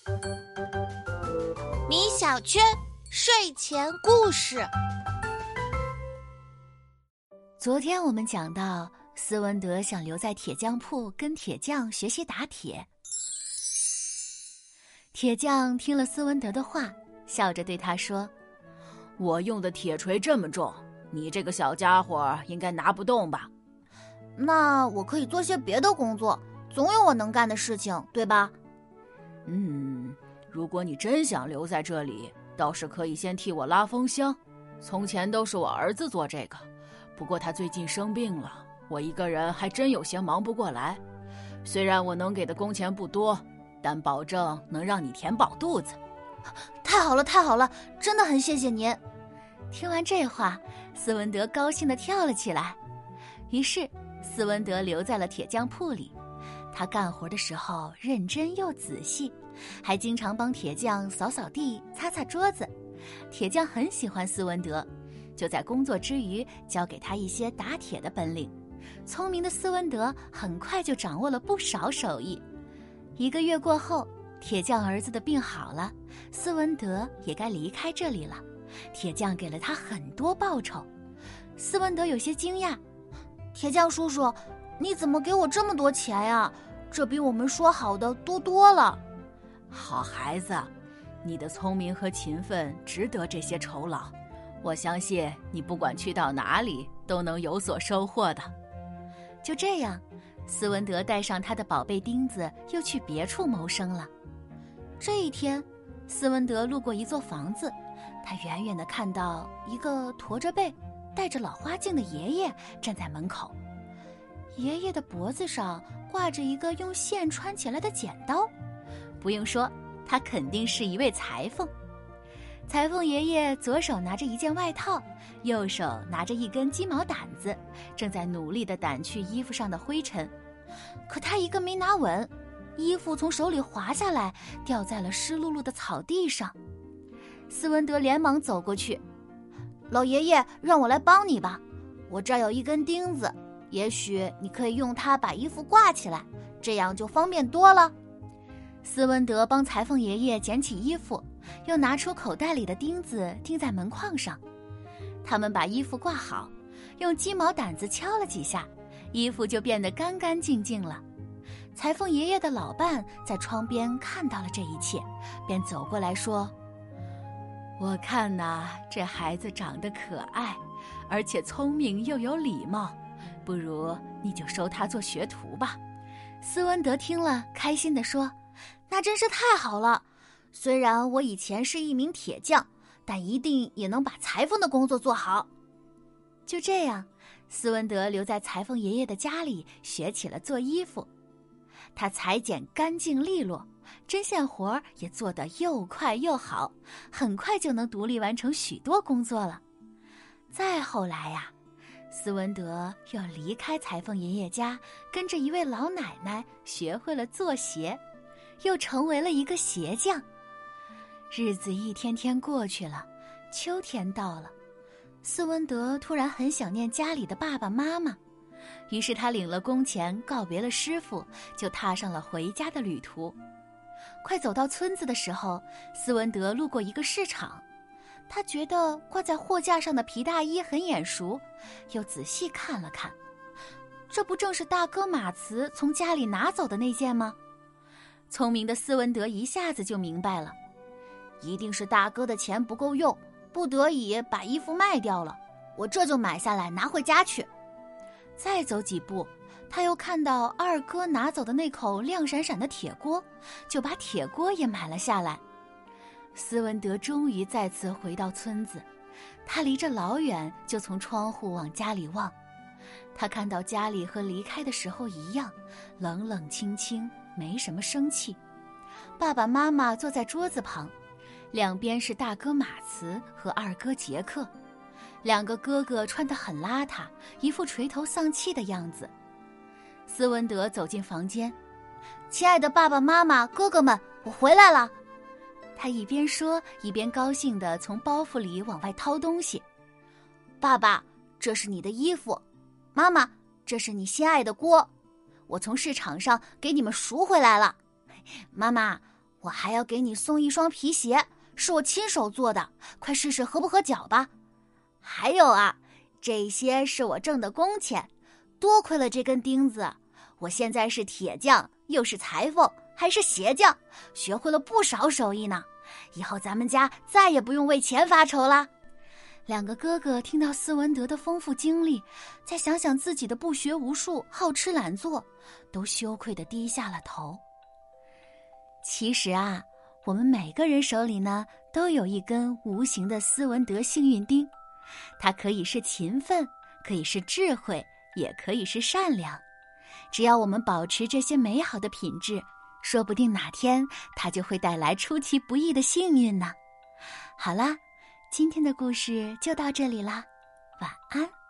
米小圈睡前故事。 昨天我们讲到，斯文德想留在铁匠铺跟铁匠学习打铁。铁匠听了斯文德的话，笑着对他说：“ 我用的铁锤这么重，你这个小家伙应该拿不动吧？” 那我可以做些别的工作，总有我能干的事情，对吧？ 如果你真想留在这里，倒是可以先替我拉风箱。从前都是我儿子做这个，不过他最近生病了，我一个人还真有些忙不过来。虽然我能给的工钱不多，但保证能让你填饱肚子。 太好了，太好了，真的很谢谢您。 听完这话，斯文德高兴地跳了起来。于是斯文德留在了铁匠铺里，他干活的时候认真又仔细，还经常帮铁匠扫扫地、擦擦桌子。铁匠很喜欢斯文德，就在工作之余教给他一些打铁的本领。聪明的斯文德很快就掌握了不少手艺。1个月过后，铁匠儿子的病好了，斯文德也该离开这里了。铁匠给了他很多报酬。斯文德有些惊讶：“ 铁匠叔叔，你怎么给我这么多钱呀？这比我们说好的多多了。” 好孩子，你的聪明和勤奋值得这些酬劳。我相信你不管去到哪里都能有所收获的。 就这样，斯文德带上他的宝贝钉子，又去别处谋生了。这一天，斯文德路过一座房子，他远远地看到一个驼着背、戴着老花镜的爷爷站在门口。爷爷的脖子上挂着一个用线穿起来的剪刀，不用说，他肯定是一位裁缝。裁缝爷爷左手拿着一件外套，右手拿着一根鸡毛掸子，正在努力地掸去衣服上的灰尘。可他一个没拿稳，衣服从手里滑下来，掉在了湿漉漉的草地上。斯文德连忙走过去：“ 老爷爷，让我来帮你吧，我这儿有一根钉子，也许你可以用它把衣服挂起来，这样就方便多了。” 斯文德帮裁缝爷爷捡起衣服，又拿出口袋里的钉子钉在门框上。他们把衣服挂好，用鸡毛掸子敲了几下，衣服就变得干干净净了。裁缝爷爷的老伴在窗边看到了这一切，便走过来说：“我看呐，这孩子长得可爱，而且聪明又有礼貌，不如你就收他做学徒吧。”斯文德听了，开心地说：“ 那真是太好了！虽然我以前是一名铁匠，但一定也能把裁缝的工作做好。” 就这样，斯文德留在裁缝爷爷的家里，学起了做衣服。他裁剪干净利落，针线活也做得又快又好，很快就能独立完成许多工作了。再后来呀，斯文德又离开裁缝爷爷家，跟着一位老奶奶学会了做鞋，又成为了一个鞋匠。日子一天天过去了，秋天到了，斯文德突然很想念家里的爸爸妈妈，于是他领了工钱，告别了师傅，就踏上了回家的旅途。快走到村子的时候，斯文德路过一个市场，他觉得挂在货架上的皮大衣很眼熟，又仔细看了看，这不正是大哥马茨从家里拿走的那件吗？聪明的斯文德一下子就明白了， 一定是大哥的钱不够用，不得已把衣服卖掉了，我这就买下来拿回家去。 再走几步，他又看到二哥拿走的那口亮闪闪的铁锅，就把铁锅也买了下来。斯文德终于再次回到村子，他离着老远，就从窗户往家里望。他看到家里和离开的时候一样，冷冷清清，没什么生气。爸爸妈妈坐在桌子旁，两边是大哥马茨和二哥杰克。2个哥哥穿得很邋遢，一副垂头丧气的样子。斯文德走进房间：“ 亲爱的爸爸妈妈，哥哥们，我回来了。” 他一边说，一边高兴地从包袱里往外掏东西。 “爸爸，这是你的衣服；妈妈，这是你心爱的锅，我从市场上给你们赎回来了。妈妈， 我还要给你送一双皮鞋，是我亲手做的，快试试合不合脚吧。还有啊，这些是我挣的工钱，多亏了这根钉子，我现在是铁匠，又是裁缝，还是鞋匠，学会了不少手艺呢。以后咱们家再也不用为钱发愁啦。 两个哥哥听到斯文德的丰富经历，再想想自己的不学无术、好吃懒做，都羞愧地低下了头。其实啊，我们每个人手里呢，都有一根无形的斯文德幸运钉，它可以是勤奋，可以是智慧，也可以是善良。只要我们保持这些美好的品质，说不定哪天它就会带来出其不意的幸运呢。好啦，今天的故事就到这里啦，晚安。